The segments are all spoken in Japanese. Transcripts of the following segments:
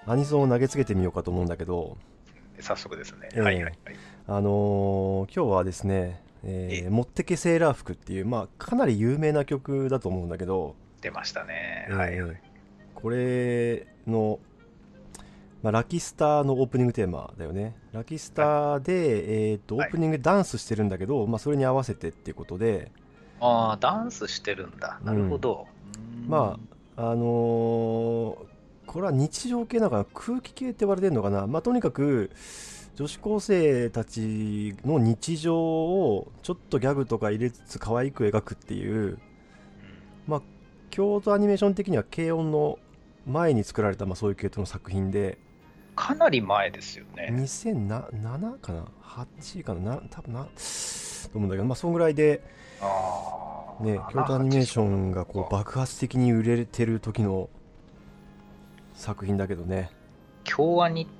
アニソンを投げつけてみようかと思うんだけど、 早速ですね。はいはいえはい。 今日はですね、 え、 もってけセーラー服っていう、まあ、かなり有名な曲だと思うんだけど、 出ましたね。はいはい。 えこれの、まあ、ラキスタのオープニングテーマだよね。ラキスラタで、オーはい。 プニングでダンスしてるんだけど、まあ、それに合わせてっていうことで、 ああ、ダンスしてるんだ。なるほうん。 ど。 まあ、これは日常系なのかな、空気系って言われてるのかな。まあ、とにかく、女子高生たちの日常をちょっとギャグとか入れつつ可愛く描くっていう、 うん、 まあ、京都アニメーション的には軽音の前に作られた、まあ、そういう系統の作品で、 かなり前ですよね。 2007かな ?8 かな多分と思うんだけど、まあ、そんぐらいで、ね、 ああ、 京 7、8、 都アニメーショそうンがこうか。 爆発的に売れてる時の作品だけどね。 京アニって、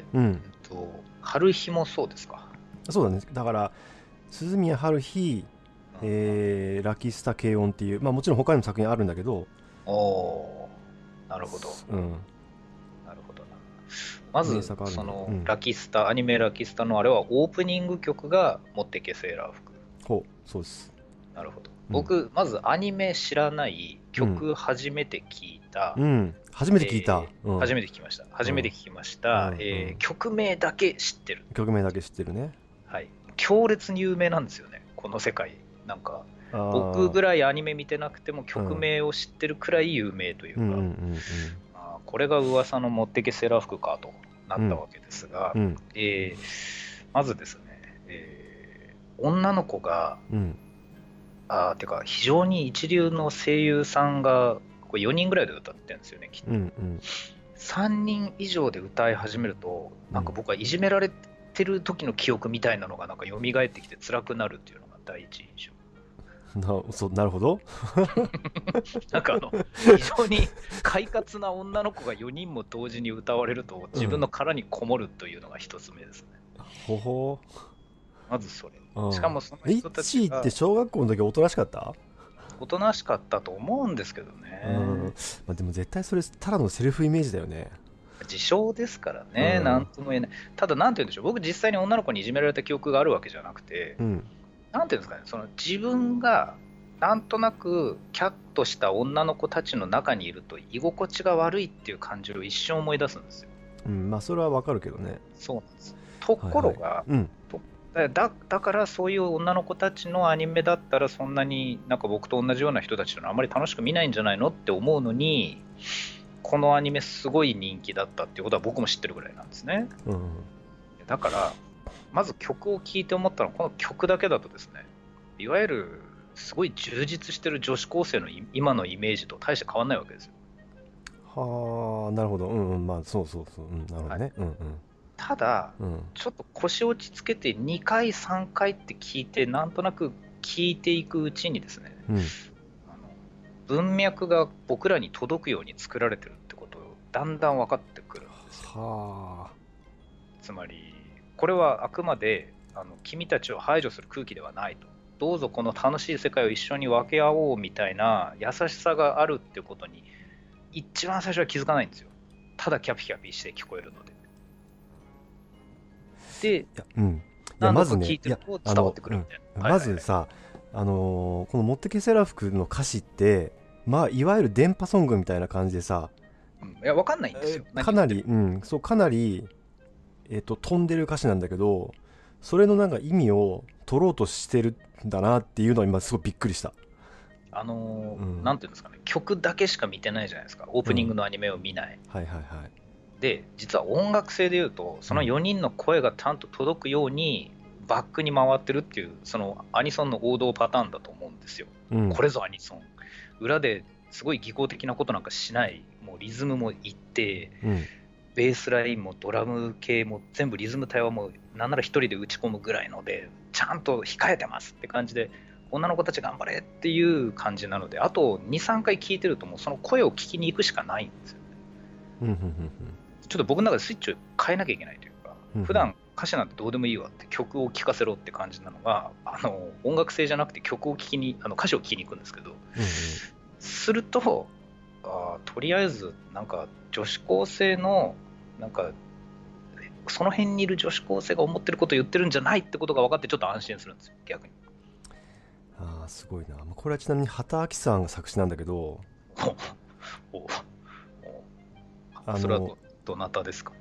うん。 春日もそうですか。 そうだね。だから、鈴宮春日、 うんうん。 ラキスタ軽音っていう、まあもちろん他にも作品あるんだけど、 おお、なるほど。 うん。 なるほどな。ま名ず、 作あるんで、 その、 うん。 ラキスタ、アニメラキスタのあれはオープニング曲が持ってけセーラー服。 ほう、そうです。 なるほど。 うん。 僕、まずアニメ知らない、 うん。 曲初めて聞いた、 うん。初めて聞いた。うん。 初めて聞きました。初めてうん。 聞きましうた。 ん。うん。 曲名だけ知ってる。 曲名だけ知ってるね。 はい。強烈に有名なんですよね、この世界。なんか、僕あぐらいアニメ見てなくてもあ、うん。 曲名を知ってるくらい有名といううんうんうか、 んこれが噂の持ってけセーラー服かとなうん。うん。 ったわけですが、 うん。 まずですね、女の子が、 うん。 てか、非常に一流の声優さんが、これ4人ぐらいで歌ってるんですよね、きっうん。うと。 ん。 3人以上で歌い始めると、 うん。 なんか僕はいじめられてる時の記憶みたいなのがなんか蘇ってきて辛くなるっていうのが第一印象。 なるほど。 なんか非常に快活な女の子が4人も同時に歌われると自分うん。 の殻にこもるというのが一つ目ですね。 ほほまずそれ。しかう。 もそのうん。イッ人たチーってちが小学校の時おとなしかった？ おとなしかったと思うんですけどうん。 ね。 まあ、でも絶対それただのセルフイメージだよね。 自称ですからね、なうん。 んとも言えない。ただ、なんて言うんでしょう、僕実際に女の子にいじめられた記憶があるわけじゃなくて、 うん。 なんていうんですかね、その自分がなんとなくキャッとした女の子たちの中にいると居心地が悪いっていう感じを一瞬思い出すんですよ。 うん。まあ、それはわかるけどね。 そうなんです。とはいはい。 ころが、 うん。 とだからそういう女の子たちのアニメだったらそんなになんか僕と同じような人たちのあまり楽しく見ないんじゃないのって思うのに、このアニメすごい人気だったっていうことは僕も知ってるぐらいなんですね。 うん。 だから、まず曲を聴いて思ったのは、この曲だけだとですね、いわゆるすごい充実してる女子高生の今のイメージと大して変わんないわけですよ。 はあ、なるほど。うんうん。まあ、そうそうそう。うん。なるほどはい、 ね。うんただ、 うん。うん。 ちょっと腰落ち着けて2回、3回って聞いて、なんとなく聞いていくうちにですね、 うん。 あの文脈が僕らに届くように作られてるってことをだんだん分かってくるんですよ。 はあ。 つまり、これはあくまで君たちを排除する空気ではないと。どうぞこの楽しい世界を一緒に分け合おうみたいな優しさがあるってことに一番最初は気づかないんですよ。ただキャピキャピして聞こえるので。で、 いや、うん。いや、 何度まずね、 か聞いてるいや、うん。 と伝わってくるみたいな。はいはいはい。 まずさ、このモッテケセラフクの歌詞って、まあ、いわゆる電波ソングみたいな感じでさ、 うん、いや、分かんないんですよ。何言ってる。 かなり、うん、そう、かなり、飛んでる歌詞なんだけど、それのなんか意味を取ろうとしてるんだなっていうのは今すごいびっくりした。うん。 なんていうんですかね、曲だけしか見てないじゃないですか。オープニンうん。 グのアニメを見ない。 はいはいはい。 で、実は音楽性で言うと、そのうん。 4人の声がちゃんと届くように、バックに回ってるっていう、そのアニソンの王道パターンだと思うんですよ。 うん。 これぞアニソン。裏ですごい技巧的なことなんかしない、もうリズムも一定、 うん。 ベースラインもドラム系も全部リズム帯はもう、なんなら一人で打ち込むぐらいので、ちゃんと控えてますって感じで、女の子たち頑張れっていう感じなので、あと2、3回聞いてると、もうその声を聞きに行くしかないんですよ。 うん。うん。 ちょっと僕の中でスイッチを変えなきゃいけないというか、 うん。うん。 普段歌詞なんてどうでもいいわって曲を聴かせろって感じなのが、音楽性じゃなくて曲を聴きに、歌詞を聴きに行くんですけど、 うん。 すると、とりあえずなんか女子高生のなんかその辺にいる女子高生が思ってることを言ってるんじゃないってことが分かってちょっと安心するんですよ、逆に。 ああ、すごいな。これはちなみに畑明さんが作詞なんだけど、 おおあそれはの、 どなたですか？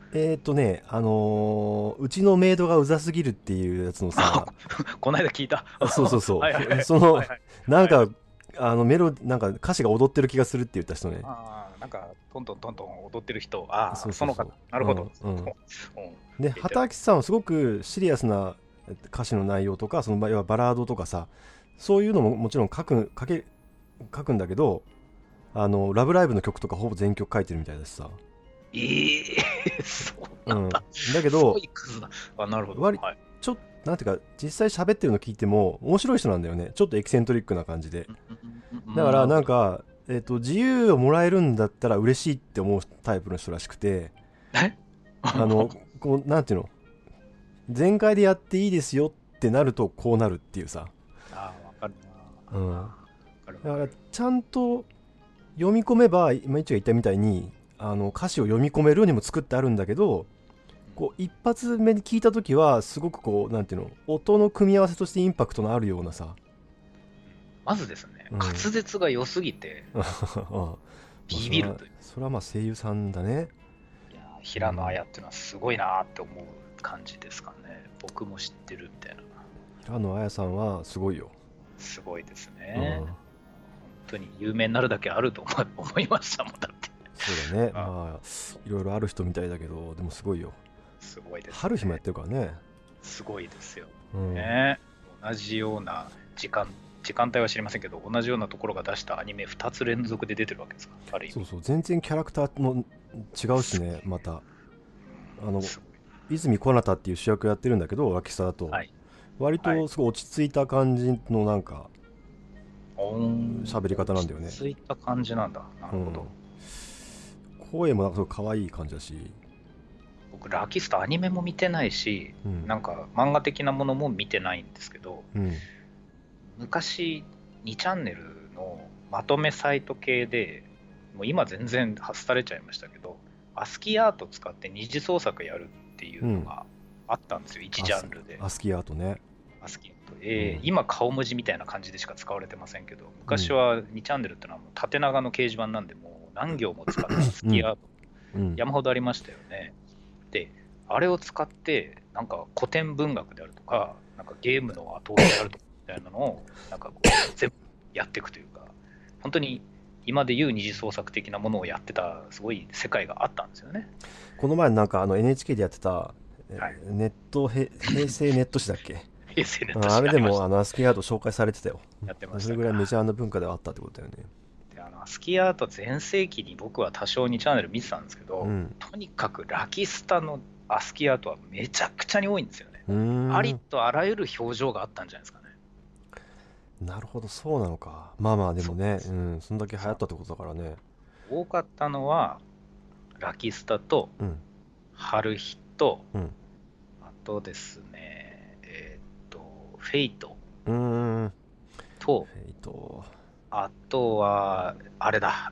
うちのメイドがうざすぎるっていうやつのさ、 この間聞いた。 そうそうそはいはいはう、 いその、 はいはいなんか、 はい。 なんか歌詞が踊ってる気がするって言った人ね。 ああ、なんかトントントントン踊ってる人、ああ、 そうそうそその方、なるう。 ほど。 うん。 うんで、畑明さんはすごくシリアスな歌詞の内容とか、要はバラードとかさ、そういうのももちろん書くんだけど、ラブライブの曲とかほぼ全曲書いてるみたいだしさ。 ええそううん。 なんだ。 だけど、 すごいクズだ。あ、なるほど。 割、 はい。 ちょっと、なんていうか、実際喋ってるの聞いても面白い人なんだよね。ちょっとエキセントリックな感じで。だからなるほど。 なんか、自由をもらえるんだったら嬉しいって思うタイプの人らしくて、 えあの、なんていうの、全開でやっていいですよってなるとこうなるっていうさ。 ああ、わかるな。 うん。 わかるだからわかる。 ちゃんと読み込めば、今一が言ったみたいに、歌詞を読み込めるようにも作ってあるんだけど、こう一発目に聞いた時はすごくこうなんていうの、音の組み合わせとしてインパクトのあるようなさ。 まずですね、 うん。 滑舌が良すぎて、 まあビビるという。 それはまあ声優さんだね。 いや平野綾っていうのはすごいなって思う感じですかね。僕も知ってるみたいな。 平野綾さんはすごいよ。 すごいですうね。 ん。 本当に有名になるだけあると思いましたもん、だって。 そうだね。 あまあいろいろある人みたいだけど、でもすごいよ。 すごいですね。 春日もやってるからね。 すごいですよ。 うん。 ね、同じような時間帯は知りませんけど、同じようなところが出したアニメ2つ連続で出てるわけですから、ある意味。 そうそう、全然キャラクターも違うしね、また。 すごい。 泉小太っていう主役やってるんだけど、ラキスタだと。 はい。 割はい。 とすごい落ち着いた感じのなんか、喋り方なんだよね。 落ち着いた感じなんだ。なうん。 るほど。 声もなんかすごい可愛い感じだし。 僕、ラキスタアニメも見てないし、 うん。 なんか漫画的なものも見てないんですけど、 うん。 昔、2チャンネルのまとめサイト系で、もう今全然廃れちゃいましたけど、アスキーアート使って二次創作やるっていうのがあったんですよ、1ジャンルで。 アスキーアートね。 アスキーアート。 うん。 今、顔文字みたいな感じでしか使われてませんけど、 うん。 昔は2チャンネルってのはもう縦長の掲示板なんで、もう何行も使ったアスうん。 キーアート、 うん。 山ほどありましたよね。で、あれを使って、なんか古典文学であるとか、なんかゲームの後追いであるとかみたいなのを、なんかこう、全部やっていくというか、本当に今でいう二次創作的なものをやってた、すごい世界があったんですよね。 この前なんかNHK でやってた、 はい。 平成ネット誌だっけ？ 平成ネットうん、あれで誌ありました。 もアスキーアート紹介されてたよ。 やってましそれたか。 ぐらいメジャーな文化ではあったってことだよね。 でアスキーアート全盛期に僕は多少にチャンネル見てたんですけど、 うん。 とにかくラキスタのアスキーアートはめちゃくちゃに多いんですよね。 うーありん。 とあらゆる表情があったんじゃないですかね。 なるほど、そうなのか。まあまあ、でもね、 そうです。 うん、そんだけ流行そうったってことだからね。 多かったのは、ラキスタと、 うん、 春日と、 うん。 あとですね、フェイトうーん。 と、 と、 あとは、あれだ、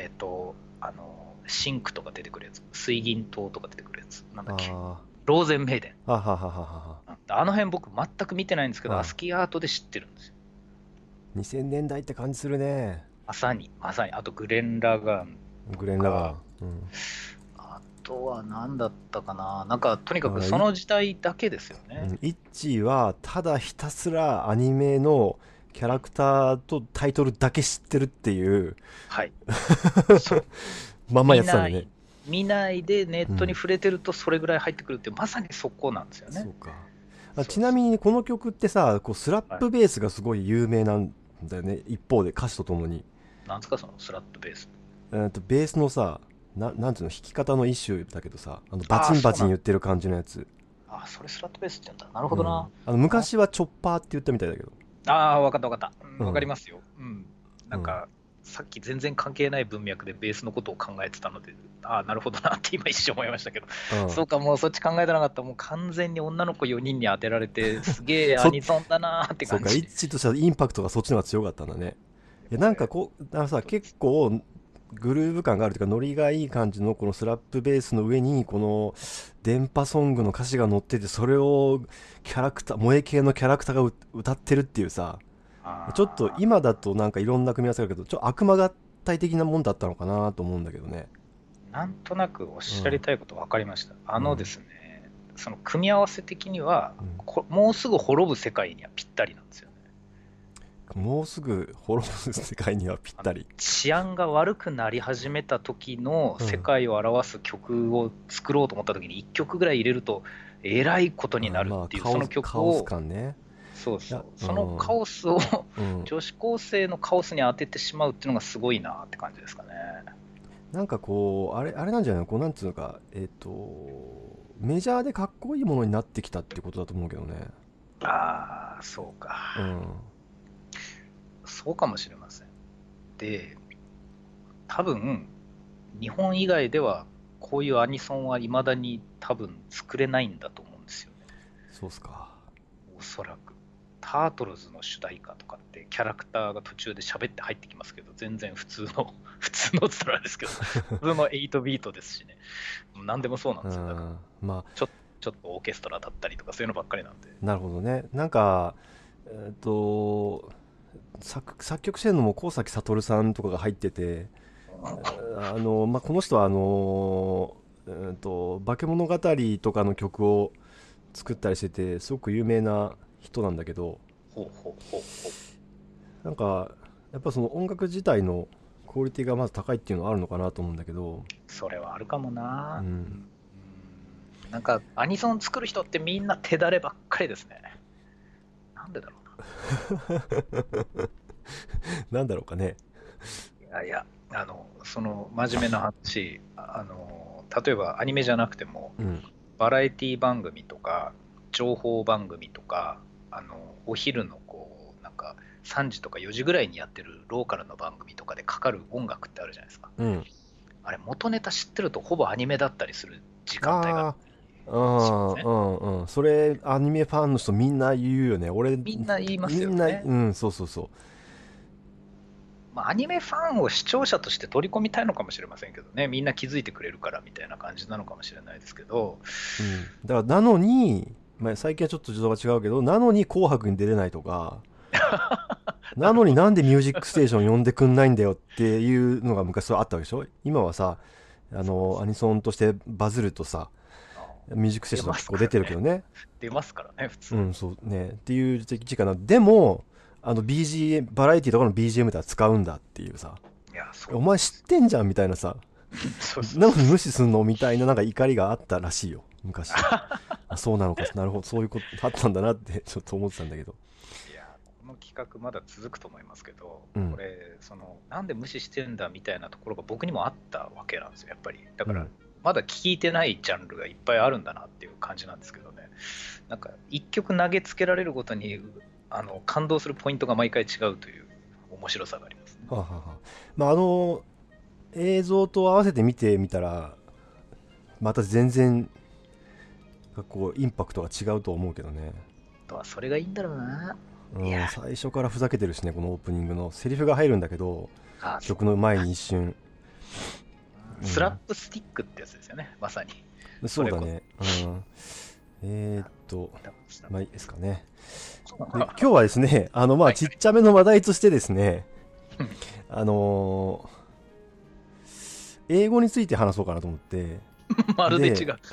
シンクとか出てくるやつ、水銀灯とか出てくるやつ、なんだっけ、 あローゼンメイデン。 あ、ははははは。 あの辺僕全く見てないんですけど、アああ、 スキーアートで知ってるんですよ。 2000年代って感じするね。 まさに、まさに。あとグレン・ラガンとグレン・ラガか、 ン。うん。 あとは何だったかな。なんか、とにかくだからその時代だけですよね。 イッチはただひたすらアニメのキャラクターとタイトルだけ知ってるっていうはい。そう。 まんまやってたんだね。 見ないでネッうん。 トに触れてるとそれぐらい入ってくるってまさに速攻なんですよね。 そうか。 そうそう。 ちなみにこの曲ってさ、こうスラッはい。 プベースがすごい有名なんだよね。一方で歌詞とともに。 なんですかそのスラットベース。 ベースのさ、なんていうの、弾き方の一種だけどさ、バああ、 チンバそうなんだ。 チン言ってる感じのやつ。 ああ、それスラットベースって言うんだ。なるほうん。 どな。あ昔はチョッパーって言ったみたいだけど。 あー、わかったわかった。うん、わかりうん。 ますよ。うん。なうん。 んか、さっき全然関係ない文脈でベースのことを考えてたので、ああ、なるほどなって今一瞬思いましたけど、 うん。 そうか、もうそっち考えてなかった。もう完全に女の子4人に当てられて、すげえアそ、 ニソンだなーってそうか、イッ感じ。 チとしてはインパクトがそっちの方が強かったんだね。いや、なんかそれ、 こう、さ、 そうです。 結構、 グルーヴ感があるというかノリがいい感じのこのスラップベースの上にこの電波ソングの歌詞が載ってて、それをキャラクター萌え系のキャラクターが歌ってるっていうさ、ちょっと今だとなんかいろんな組み合わせがあるけど、ちょっと悪魔合体的なもんだったのかなと思うんだけどね。 なんとなくおっしゃりたいこと分かりました。ですね、その組み合わせ的には、もうすぐ滅ぶ世界にはぴったりなんですよね。 もうすぐ滅ぶ世界にはぴったり。 治安が悪くなり始めた時の世界を表す曲を作ろうと思った時に1曲ぐらい入れるとえらいことになるっていう、その曲を、 カオス感ね。 そうそう、そのカオスを女子高生のカオスに当ててしまうっていうのがすごいなって感じですかね。 なんかこうあれなんじゃないの、こうなんつうのか、メジャーでかっこいいものになってきたってことだと思うけどね。 ああ、そうか、そうかもしれません。で、多分日本以外ではこういうアニソンはいまだに多分作れないんだと思うんですよね。 そうっすか。 おそらくタートルズの主題歌とかってキャラクターが途中で喋って入ってきますけど、全然普通のって言ったらあれですけど普通の8ビートですしね。何でもそうなんですよ。だからまあちょっとオーケストラだったりとかそういうのばっかりなんで。 なるほどね。なんか作曲してるのも幸崎悟さんとかが入ってて、この人は化け物語とかの曲を作ったりしててすごく有名な人なんだけど、なんかやっぱその音楽自体のクオリティがまず高いっていうのはあるのかなと思うんだけど。 それはあるかもな。なんかアニソン作る人ってみんな手だればっかりですね。なんでだろうななんだろうかね。 いやその真面目な話、例えばアニメじゃなくても、バラエティ番組とか情報番組とか、お昼のこうなんか3時とか4時ぐらいにやってるローカルの番組とかでかかる音楽ってあるじゃないですか。あれ元ネタ知ってるとほぼアニメだったりする時間帯がそれアニメファンの人みんな言うよね。 みんな言いますよね。 そうそうそう。 アニメファンを視聴者として取り込みたいのかもしれませんけどね。みんな気づいてくれるからみたいな感じなのかもしれないですけど、 だからなのに、最近はちょっと事情が違うけど、なのに紅白に出れないとかなのになんでミュージックステーション呼んでくんないんだよっていうのが昔あったわけでしょ。今はさ、アニソンとしてバズるとさ、ミュージックステーション結構出てるけどね。 出ますからね、普通。 そうね。っていう時期かな。でも、BGM、バラエティとかの BGM では使うんだっていうさ。 いや、そう。 お前知ってんじゃんみたいなさ。なのに無視すんのみたいななんか怒りがあったらしいよ、昔。そうなのか、なるほど、そういうことあったんだなってちょっと思ってたんだけど。 いや、この企画まだ続くと思いますけど、これ、なんで無視してんだみたいなところが僕にもあったわけなんですよ、やっぱり。だから、まだ聞いてないジャンルがいっぱいあるんだなっていう感じなんですけどね。なんか一曲投げつけられるごとに感動するポイントが毎回違うという面白さがありますね。 映像と合わせて見てみたらまた全然こうインパクトが違うと思うけどね。 それがいいんだろうな。 最初からふざけてるしね。このオープニングのセリフが入るんだけど、曲の前に一瞬スラップスティックってやつですよね、まさに。 そうだね。まあいいですかね。で今日はですね、ちっちゃめの話題としてですね、英語について話そうかなと思って。 まるで違う。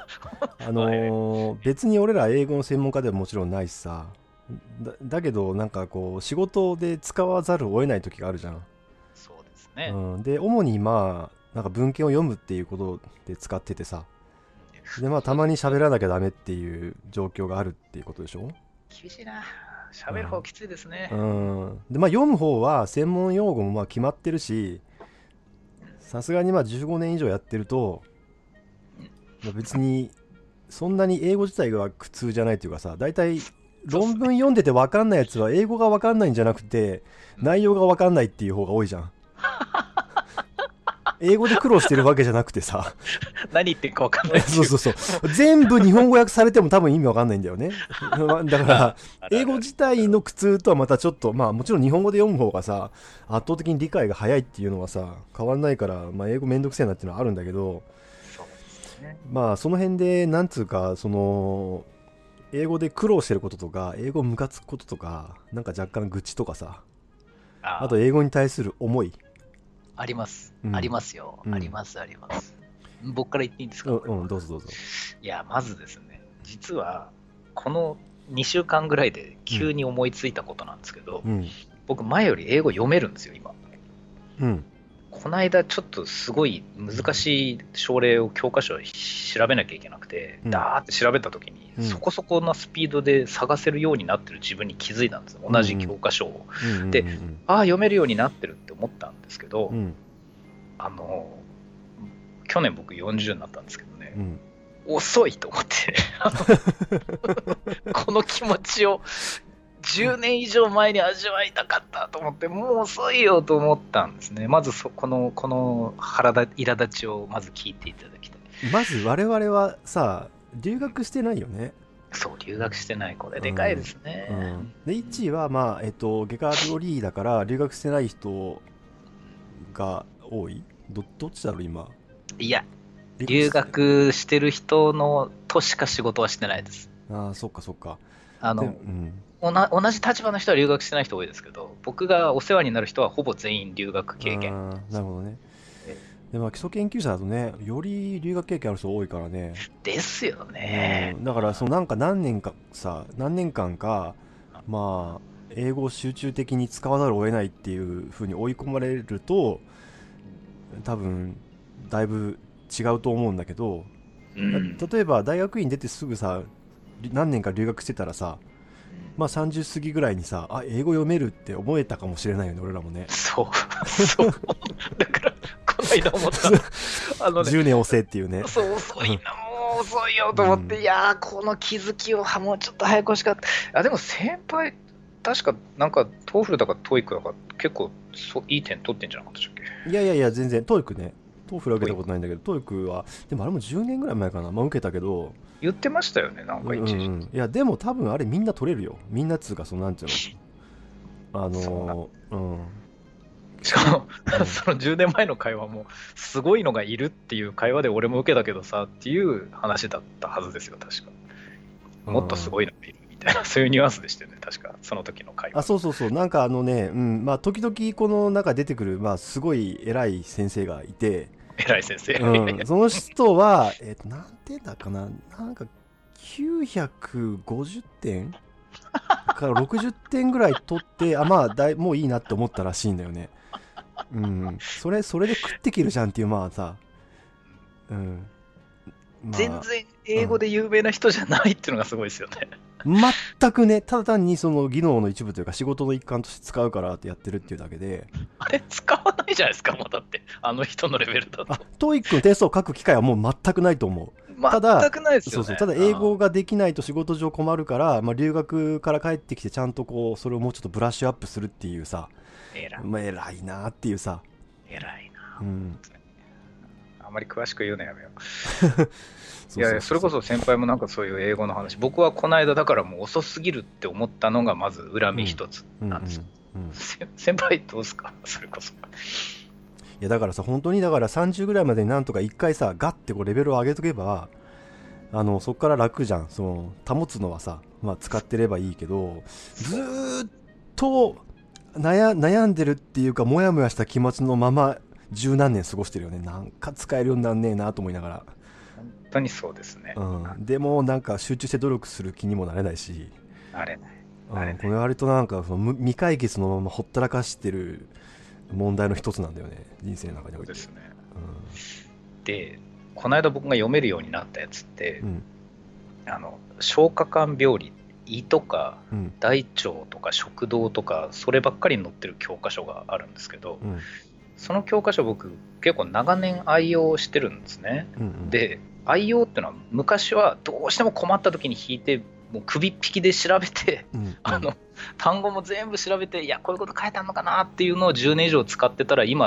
別に俺ら英語の専門家ではもちろんないしさ、だけどなんかこう仕事で使わざるを得ない時があるじゃん。 そうですね。 で主になんか文献を読むっていうことで使っててさ、でたまに喋らなきゃダメっていう状況があるっていうことでしょ。 厳しいな。喋る方きついですね。 で読む方は専門用語も決まってるし、さすがに15年以上やってると、別にそんなに英語自体が苦痛じゃないというかさ、だいたい論文読んでて分かんないやつは英語が分かんないんじゃなくて内容が分かんないっていう方が多いじゃん。 英語で苦労してるわけじゃなくてさ何言ってるか分かんないそうそうそう。全部日本語訳されても多分意味わかんないんだよね。だから、英語自体の苦痛とはまたちょっと、まあもちろん日本語で読む方がさ、圧倒的に理解が早いっていうのはさ、変わんないから、まあ英語めんどくせえなっていうのはあるんだけど、 そうですね。 まあその辺で、なんつうか、その、英語で苦労してることとか、英語ムカつくこととか、なんか若干愚痴とかさ、あと英語に対する思い。 あります、 うんありますよ、 うんありますあります。僕から言っていいんですか？ うん、どうぞどうぞ。 いや、まずですね、実はこの2週間ぐらいで急に思いついたことなんですけど、 うん。 僕前より英語読めるんですよ今。 うん。 この間ちょっとすごい難しい症例を教科書で調べなきゃいけなくて、 うんダーって調べた時に、 うんそこそこなスピードで探せるようになってる自分に気づいたんですよ、同じ教科書を。でああ読めるようになってるって思ったんですけど、 うん。 去年僕40になったんですけどね、 うん。 遅いと思ってこの気持ちを10年以上前に味わいたかったと思って、もう遅いよと思ったんですね。まずこの苛立ちをまず聞いていただきたい。 まず我々はさ、留学してないよね。 そう、留学してない、これでかいですね。 で1位はまあ外科病理だから留学してない人が多い。どっちだろう今。 いや、留学してる人のとしか仕事はしてないです。 ああ、そっかそっか。 同じ立場の人は留学してない人多いですけど、僕がお世話になる人はほぼ全員留学経験。 なるほどね。でも基礎研究者だとね、より留学経験ある人多いからね。 ですよね。 だからなんか何年間かまあ英語を集中的に使わざるを得ないっていう風に追い込まれると、多分だいぶ違うと思うんだけど、例えば大学院出てすぐさ、何年か留学してたらさ、まあ30過ぎぐらいにさ、英語読めるって思えたかもしれないよね、俺らもね。 そうだからこの間思った 10年遅いっていうね。 そう、遅いな、もう遅いよと思って、いやー、この気づきをもうちょっと早く欲しかった。でも先輩確かなんかトーフルだかトイックだか結構いい点取ってんじゃなかったっけ？ いや全然トイックね、トーフル受けたことないんだけど、トイックはでもあれも10年ぐらい前かな、まあ受けたけど。 言ってましたよね、なんか一時。 いやでも多分あれみんな取れるよ、みんなっつうか、なんていうの、 しかも、その10年前の会話もすごいのがいるっていう会話で俺も受けたけどさっていう話だったはずですよ、確か。もっとすごいのがいるみたいな、そういうニュアンスでしたよね、確かその時の会話。 そうなんかまあ時々この中出てくる、まあすごい偉い先生がいて、 偉い先生、 その人は何点だかな、なんか950点から60点ぐらい取って、まあもういいなって思ったらしいんだよね。それで食ってきるじゃんっていう、まあさ、まあ、 全然英語で有名な人じゃないっていうのがすごいですよね。 全くね、ただ単にその技能の一部というか仕事の一環として使うからってやってるっていうだけで、 あれ使わないじゃないですか、もうだってあの人のレベルだと。 トイックのテストを書く機会はもう全くないと思う。ただ全くないですよね。 ただ英語ができないと仕事上困るから、留学から帰ってきてちゃんとこうそれをもうちょっとブラッシュアップするっていうさ、偉いなっていうさ、 偉いな、あんまり詳しく言うのやめよう。いや、それこそ先輩もなんかそういう英語の話、僕はこの間だからもう遅すぎるって思ったのがまず恨み一つなんです。先輩どうですか、それこそ。 いやだからさ、本当にだから30ぐらいまでになんとか一回さ、ガッてこうレベルを上げとけば、そっから楽じゃん。保つのはさ、まあ使ってればいいけど、ずーっと悩んでるっていうか、モヤモヤした気持ちのまま十何年過ごしてるよね。なんか使えるようになんねえなと思いながら。 本当にそうですね。 でもなんか集中して努力する気にもなれないし、 なれない。 これ割となんか未解決のままほったらかしてる問題の一つなんだよね、人生の中において。 そうですね。で、この間僕が読めるようになったやつって、消化管病理、胃とか大腸とか食道とかそればっかり載ってる教科書があるんですけど、その教科書僕結構長年愛用してるんですね。で、愛用っていうのは昔はどうしても困った時に引いてもう首っ引きで調べて、単語も全部調べて、いやこういうこと書いてあるのかなっていうのを10年以上使ってたら、今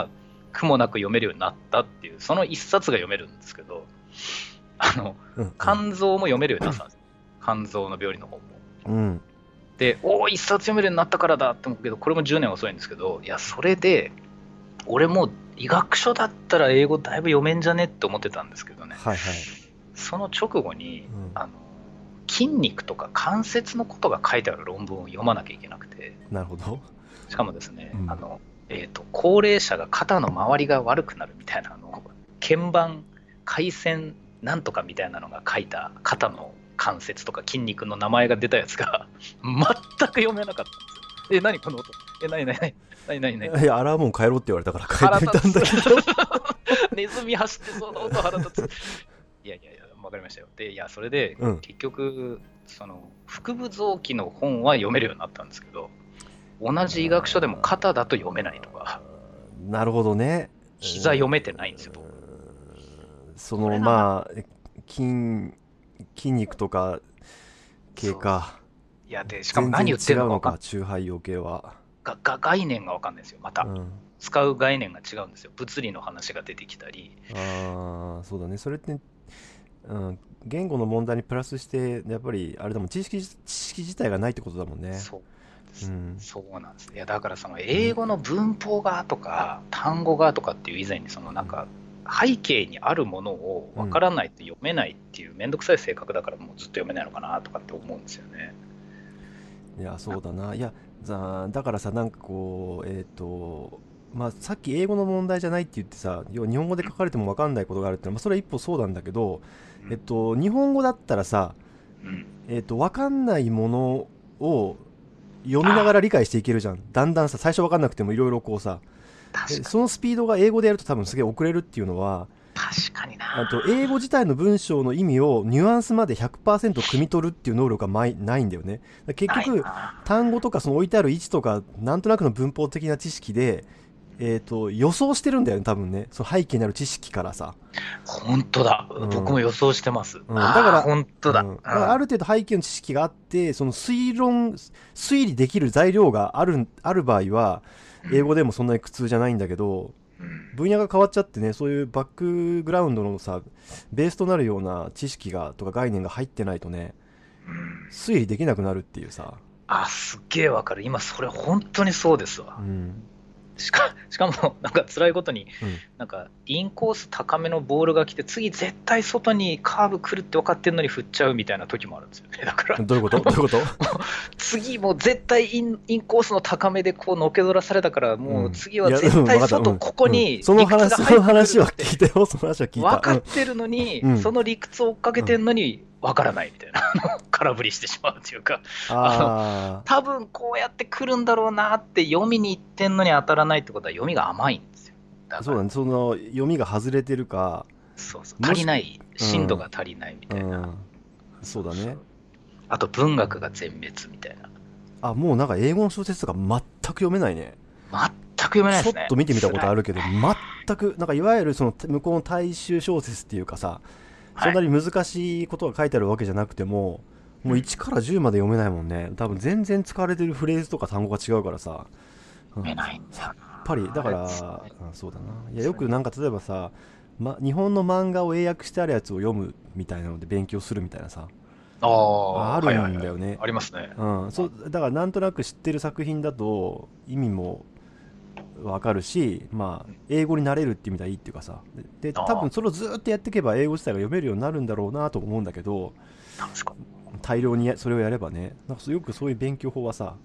苦もなく読めるようになったっていう、その一冊が読めるんですけど、肝臓も読めるようになったんですよ。肝臓の病理の本も。 うん。 で、一冊読めるようになったからだって思うけど、これも10年遅いんですけど、いや、それで、俺もう医学書だったら英語だいぶ読めんじゃねって思ってたんですけどね。 はいはい。 その直後に、 うん筋肉とか関節のことが書いてある論文を読まなきゃいけなくて、 なるほど。 しかもですね、 うん高齢者が肩の周りが悪くなるみたいな腱板回線なんとかみたいなのが書いた肩の関節とか筋肉の名前が出たやつが全く読めなかったんですよ。何この音、何いや、アラーム音変えろって言われたから変えてみたんだけど。 ネズミ走ってそうな音腹立つ。いや、わかりましたよ。で、いや、それで、結局、その、腹部臓器の本は読めるようになったんですけど、同じ医学書でも肩だと読めないとか、 なるほどね。 膝読めてないんですよ、僕。 その、まあ、筋肉とか系か。 いや、で、しかも何言ってるのか中肺葉系は。 概念がわかんないですよ、また。使う概念が違うんですよ。物理の話が出てきたり。 そうだね。それって、言語の問題にプラスしてやっぱりあれだもん、知識自体がないってことだもんね。 そうなんです。いや、だからその英語の文法がとか単語がとかっていう以前に、そのなんか背景にあるものを分からないと読めないっていうめんどくさい性格だから、もうずっと読めないのかなとかって思うんですよね。 いや、そうだな。いや、だからさ、なんかこうまあ、さっき英語の問題じゃないって言ってさ、要は日本語で書かれても分かんないことがあるってのは、まあ、それは一歩そうなんだけど、日本語だったらさ、分かんないものを読みながら理解していけるじゃん。だんだんさ、最初分かんなくてもいろいろこうさ、そのスピードが英語でやると多分すげえ遅れるっていうのは、 確かにな。 あと英語自体の文章の意味をニュアンスまで 100% 汲み取るっていう能力がないんだよね。結局単語とかその置いてある位置とかなんとなくの文法的な知識で、予想してるんだよね、多分ね。その背景にある知識からさ。 本当だ、僕も予想してます。 だから本当だ、 ある程度背景の知識があって、その推理できる材料がある場合は英語でもそんなに苦痛じゃないんだけど、分野が変わっちゃってね、そういうバックグラウンドのさ、ベースとなるような知識がとか概念が入ってないとね、推理できなくなるっていうさ。 すっげえわかる。今それ本当にそうですわ。しかもなんか辛いことに、なんかインコース高めのボールが来て、次絶対外にカーブ来るって分かってるのに振っちゃうみたいな時もあるんですよね。だからどういうこと次もう絶対インコースの高めでこうのけぞらされたから、もう次は絶対外、ここにその話は聞いたよ。その話は聞いた。 分かってるのに、その理屈を追っかけてるのに分からないみたいな、空振りしてしまうっていうか、多分こうやって来るんだろうなって読みに行ってんのに当たらないってことは読みが甘いんですよ。 そうだね。その読みが外れてるか、 足りない、深度が足りないみたいな。 そうだね。あと文学が全滅みたいな。 もうなんか英語の小説とか全く読めないね。 全く読めないですね。 ちょっと見てみたことあるけど、全くなんかいわゆるその向こうの大衆小説っていうかさ、そんなに難しいことが書いてあるわけじゃなくても、もう1から10まで読めないもんね。多分全然使われてるフレーズとか単語が違うからさ。 読めないんだよな。 やっぱりだから、そうだな。いや、よくなんか例えばさ、日本の漫画を英訳してあるやつを読むみたいなので勉強するみたいなさ、あるんだよね。 ありますね。 だからなんとなく知ってる作品だと意味もわかるし、まあ英語になれるって意味ではいいっていうかさ、で多分それをずっとやっていけば英語自体が読めるようになるんだろうなと思うんだけど、大量にそれをやればね、なんかよくそういう勉強法はさ、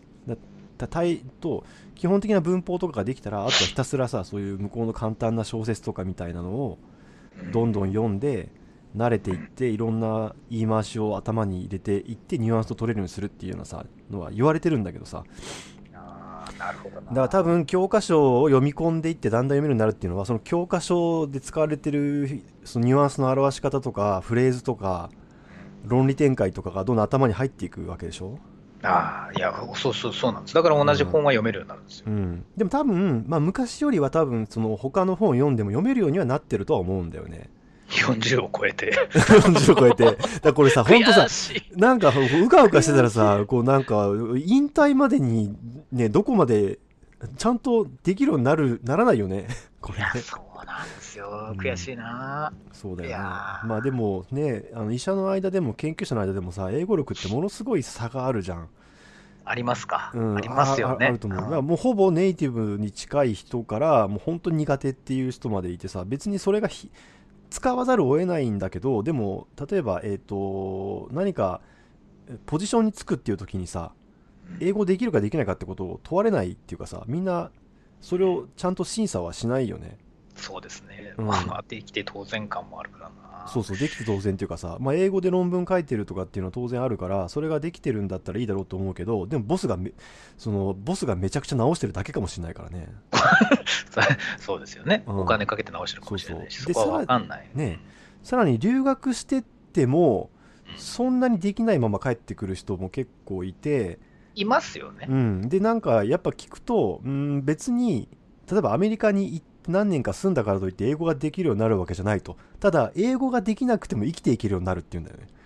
基本的な文法とかができたら、あとはひたすらさ、そういう向こうの簡単な小説とかみたいなのをどんどん読んで慣れていって、いろんな言い回しを頭に入れていってニュアンスを取れるようにするっていうようなさのは言われてるんだけどさ、 なるほどな。 だから多分教科書を読み込んでいってだんだん読めるようになるっていうのは、その教科書で使われてるそのニュアンスの表し方とかフレーズとか論理展開とかがどんどん頭に入っていくわけでしょ。 いや、そうなんです。だから同じ本は読めるようになるんですよ。 でも多分、昔よりは多分その他の本を読んでも読めるようにはなってるとは思うんだよね。 40を超えて 40を超えて。だからこれさ、ほんとさ、なんかうかうかしてたらさ、こうなんか引退までにね、どこまでちゃんとできるようにならないよね。 これね。 いや、そうなんですよ。悔しいな。 そうだよね。 いやまあでもね、医者の間でも研究者の間でもさ、英語力ってものすごい差があるじゃん。 ありますか。 うん、 ありますよね。 あると思う。まあもうほぼネイティブに近い人から、もう本当に苦手っていう人までいてさ、別にそれが使わざるを得ないんだけど、でも、例えば、何かポジションにつくっていう時にさ、英語できるかできないかってことを問われないっていうかさ、みんなそれをちゃんと審査はしないよね。 そうですね。 うん。 まあ、できて当然感もあるからな。 そうそう、できて当然っていうかさ、まあ、英語で論文書いてるとかっていうのは当然あるから、それができてるんだったらいいだろうと思うけど、でもボスがめちゃくちゃ直してるだけかもしれないからね。 そうですよね。 うん。 お金かけて直してるかそうそもしれないし、 う。で、 そこはわかんない。 ね、さらに留学してっても、 うん、 そんなにできないまま帰ってくる人も結構いて、 いますよね。 うん。で、なんか、やっぱ聞くと、別に、例えばアメリカに何年か住んだからといって英語ができるようになるわけじゃないと。ただ、英語ができなくても生きていけるようになるっていうんだよね。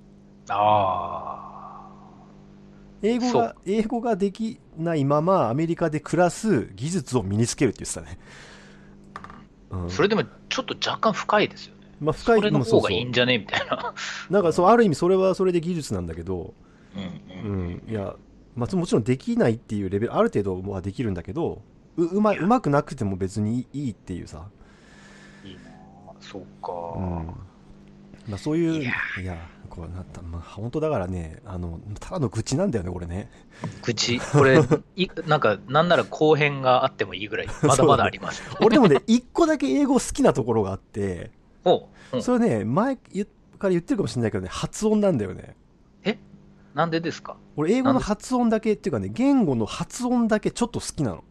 ああ、そう。 英語ができないままアメリカで暮らす技術を身につけるって言ってたね。うん。 それでもちょっと若干深いですよね。 まあ、深い、 それのそうそう。 方がいいんじゃねみたいな。 なんかそう、ある意味それはそれで技術なんだけど、 うんうんううんん。いや、まあ、もちろんできないっていうレベル、ある程度はできるんだけど、うまくなくても別にいいっていうさ。 いや、いいなぁ。そううん。 か。 まあ、そういいやう、いや、こうなった、まあ、本当だからね、ただの愚痴なんだよね、これね。 ー、これ、なんか、なんなら後編があってもいいぐらい、まだまだあそうだね。 りますよ。 俺でもね、一個だけ英語好きなところがあって、 おう、うん。 それね、から言ってるかもしれないけどね、発音なんだよね。 え、なんでですか？ 俺、英語のなんですか？ 発音だけっていうかね、言語の発音だけちょっと好きなの。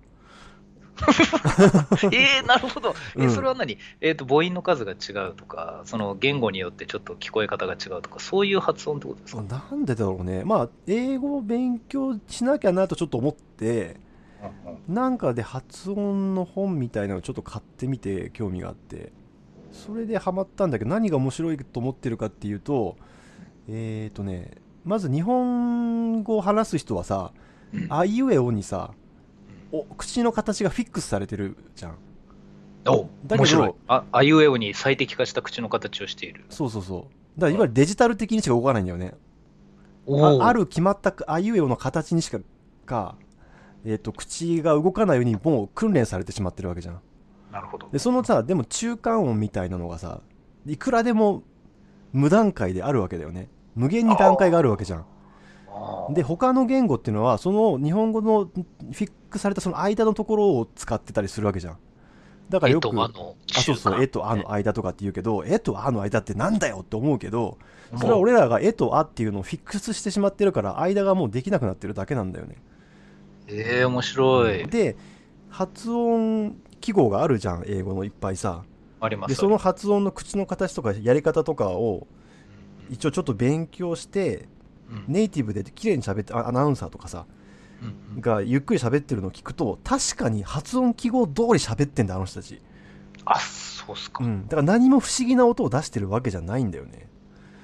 なるほど。それうん。 は何？母音の数が違うとか、その言語によってちょっと聞こえ方が違うとか、そういう発音ってことですか？ なんでだろうね。まあ、英語を勉強しなきゃなとちょっと思って、 うんうん。 なんかで発音の本みたいなのをちょっと買ってみて興味があって、それでハマったんだけど、何が面白いと思ってるかっていうと、ね、まず日本語を話す人はさ、 うん。 あいうえおにさ、 うん。 口の形がフィックスされてるじゃん。 お、面白い。 だけど、 あいうえおに最適化した口の形をしている。 そうそうそう。だからいうん。 わゆるデジタル的にしか動かないんだよね。 おあお。 る決まったあいうえおの形にしか、口が動かないようにもう訓練されてしまってるわけじゃん。 なるほど。 で、そのさ、でも中間音みたいなのがさ、いくらでも無段階であるわけだよね。無限に段階があるわけじゃん。 ああ。 で、他の言語っていうのは、その日本語のフィックされたその間のところを使ってたりするわけじゃん。だからえと、あよく、 の、 あ、そうそう、 中間とあね。 の間とかって言うけど、とあの間ってなんだよって思うけど、それはも俺らがとあっていうのをフィックスしてしまってるから、間がもうできなくなってるだけなんだよね。 う、面う白い。 ん。で、発音記号があるじゃん、英語のいっぱいさ。で、 あります、あそのります。 発音の口の形とかやり方とかをうん一応ちょっと勉強して、 うんうんネイティブで綺麗に喋って、アナウンサーとかさ、 うんうん。 がゆっくり喋ってるのを聞くと、確かに発音記号通り喋ってんだ、あの人たち。 あ、そうっすか。 うん。だから何も不思議な音を出してるわけじゃないんだよね。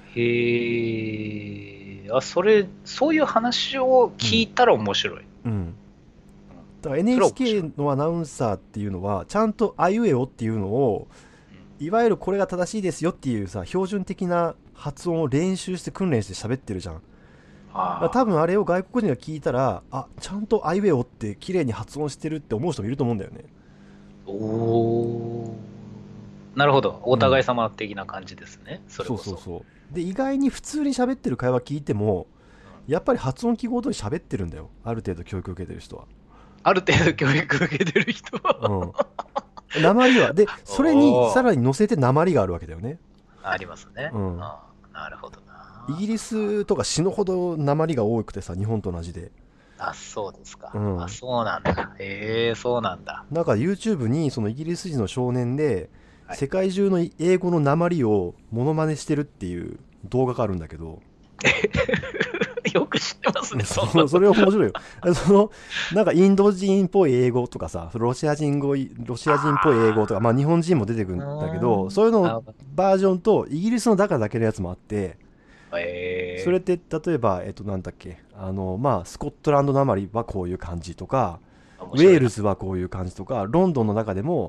へえ、あ、そういう話をうん。 聞いたら面白い。 うん。 うん。 だからそれは面白い。 NHK のアナウンサーっていうのは、ちゃんとあいうえおっていうのを、 うん。 いわゆるこれが正しいですよっていうさ、標準的な発音を練習して訓練して喋ってるじゃん。だから多あ分あれを外国人が聞いたら、あ、ちゃんとあいうえおって綺麗に発音してるって思う人もいると思うんだよね。 あ、おー。なるほど。お互いうん。 様的な感じですね。それこそ。 そうそうそう。で、意外に普通に喋ってる会話聞いても、 うん。 やっぱり発音記号通り喋ってるんだよ。ある程度教育を受けてる人は。 ある程度教育受けてる人は。 うん。鉛は、で、それにさおー。 らに乗せて鉛があるわけだよね。 ありますね。 うん。 あー、なるほどな。 イギリスとか死ぬほど鉛が多くてさ、日本と同じで。 あ、そうですか。あ、 うん。 そうなんだ。そうなんだ。 なんか YouTube にそのイギリス人の少年で、 はい。 世界中の英語の鉛をモノマネしてるっていう動画があるんだけど、 よく知ってますね、そんなの。 それ面白いよ。なんかインド人っぽい英語とかさ、ロシア人っぽい英語とか、 あまあ日本人も出てくるあ、うんだけど、 ーん。 そういうのなるほど。 バージョンとイギリスのだからだけのやつもあって、それっえて例えば、なんだっけ、まあ、スコットランドなまりはこういう感じとか、 面ウェール白いな。 ズはこういう感じとか、ロンドンの中でも、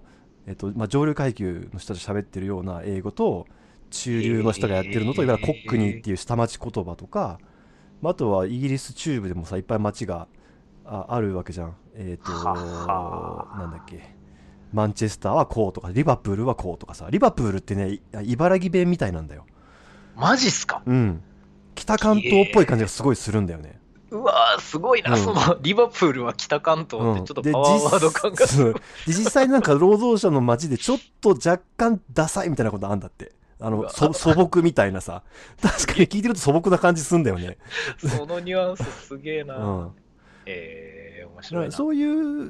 上流階級の人たち喋ってるような英語と、中流の人がやってるのと、いわゆるコックニーっていう下町言葉とか、あとはイギリス中部でもさ、いっぱい町があるわけじゃん。なんだっけ、マンチェスターはこうとか、リバプールはこうとかさ、リバプールってね、茨城弁みたいなんだよ。 マジっすか？ うん。北関東っぽい感じがすごいするんだよね。 うわー、すごいな、そのリバプールは北関東ってちょっとパワーワード感がする。 で実際なんか労働者の街でちょっと若干ダサいみたいなことあんだって。素朴みたいなさ。確かに聞いてると素朴な感じすんだよね。 そのニュアンスすげえな。面白いな。 そういう、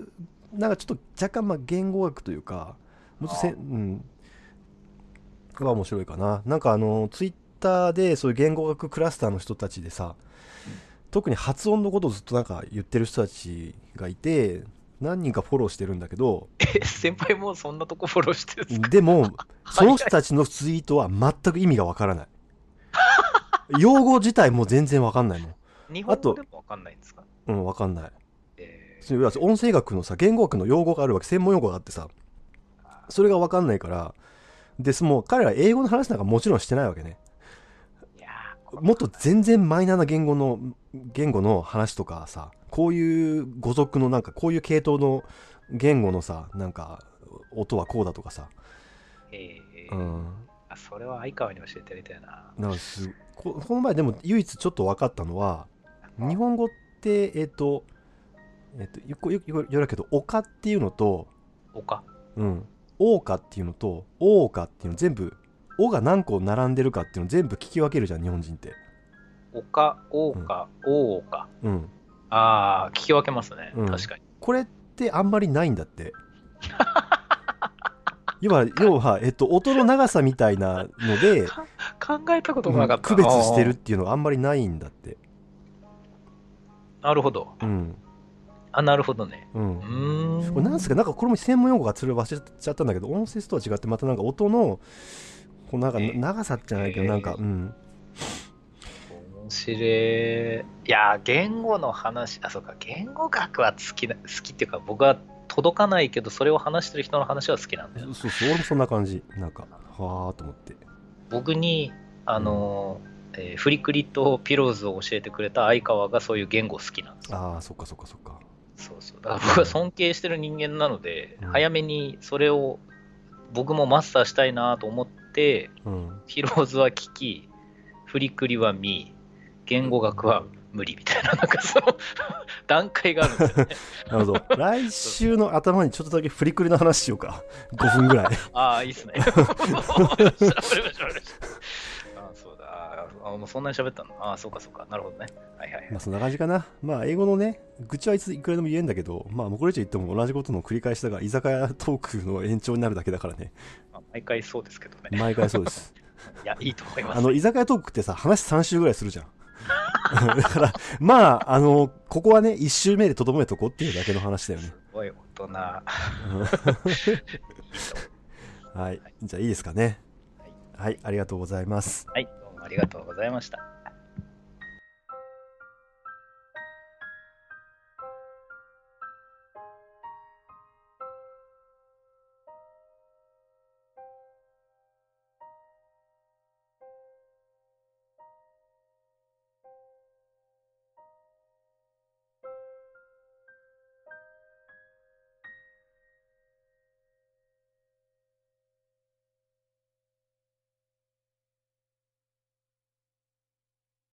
なんかちょっと若干言語学というか、もっとが面白いかな。なんかツイッターでそういう言語学クラスターの人たちでさ、特に発音のことをずっとなんか言ってる人たちがいて、何人かフォローしてるんだけど、 先輩もそんなとこフォローしてるんですか？ でも、その人たちのツイートは全く意味がわからない。用語自体も全然わかんないもん。 日本語でもわかんないんですか？ うん、わかんない。音声学のさ、言語学の用語があるわけ、専門用語があってさ、それがわかんないから、で、もう彼ら英語の話なんかもちろんしてないわけね。もっと全然マイナーな言語の話とかさ、こういう語族のなんかこういう系統の言語のさ、なんか音はこうだとかさ、 それは相川に教えてやりたいな。 なんかこの前でも唯一ちょっと分かったのは、日本語ってよく言われるけど、丘っていうのと、 丘、 桜花っていうのと大岡っていうの全部、おが何個並んでるかっていうの全部聞き分けるじゃん、日本人って。 丘、大岡、大岡。ああ、聞き分けますね、確かに。 これってあんまりないんだって。要は、音の長さみたいなので考えたこともなかった。 区別してるっていうのがあんまりないんだって。 なるほど。なるほどね。 これなんすか、なんかこれも専門用語がそれ忘れちゃったんだけど、音節とは違ってまたなんか音のこうなんか長さじゃないけど、なんか面白い。いや、言語の話、そうか、言語学は好きっていうか、僕は届かないけど、それを話してる人の話は好きなんだよ。 そう、俺もそんな感じ。なんか、はーと思って。 僕に、フリクリとピローズを教えてくれた相川がそういう言語好きなんですよ。 ああ、そっか。そうだから僕は尊敬してる人間なので、早めにそれを僕もマスターしたいなと思って、ピローズは聞き、フリクリは見、言語学は無理みたいな、なんかその段階があるんですよね。 なるほど。来週の頭にちょっとだけフリクリの話しようか。5分ぐらい。 ああ、いいっすね。そうだ。もうそんなに喋ったの？ああ、そうか。なるほどね。 そんな感じかな。英語のね、愚痴はいくらでも言えんだけど、もうこれ以上言っても同じことの繰り返しだから、居酒屋トークの延長になるだけだからね。 毎回そうですけどね。 毎回そうです。 いや、いいと思います。 居酒屋トークってさ、話3週ぐらいするじゃん。だから、ここはね、1週目でとどめとこうっていうだけの話だよね。すごい大人。 はい。じゃあいいですかね。はい、ありがとうございます。 はい、どうもありがとうございました。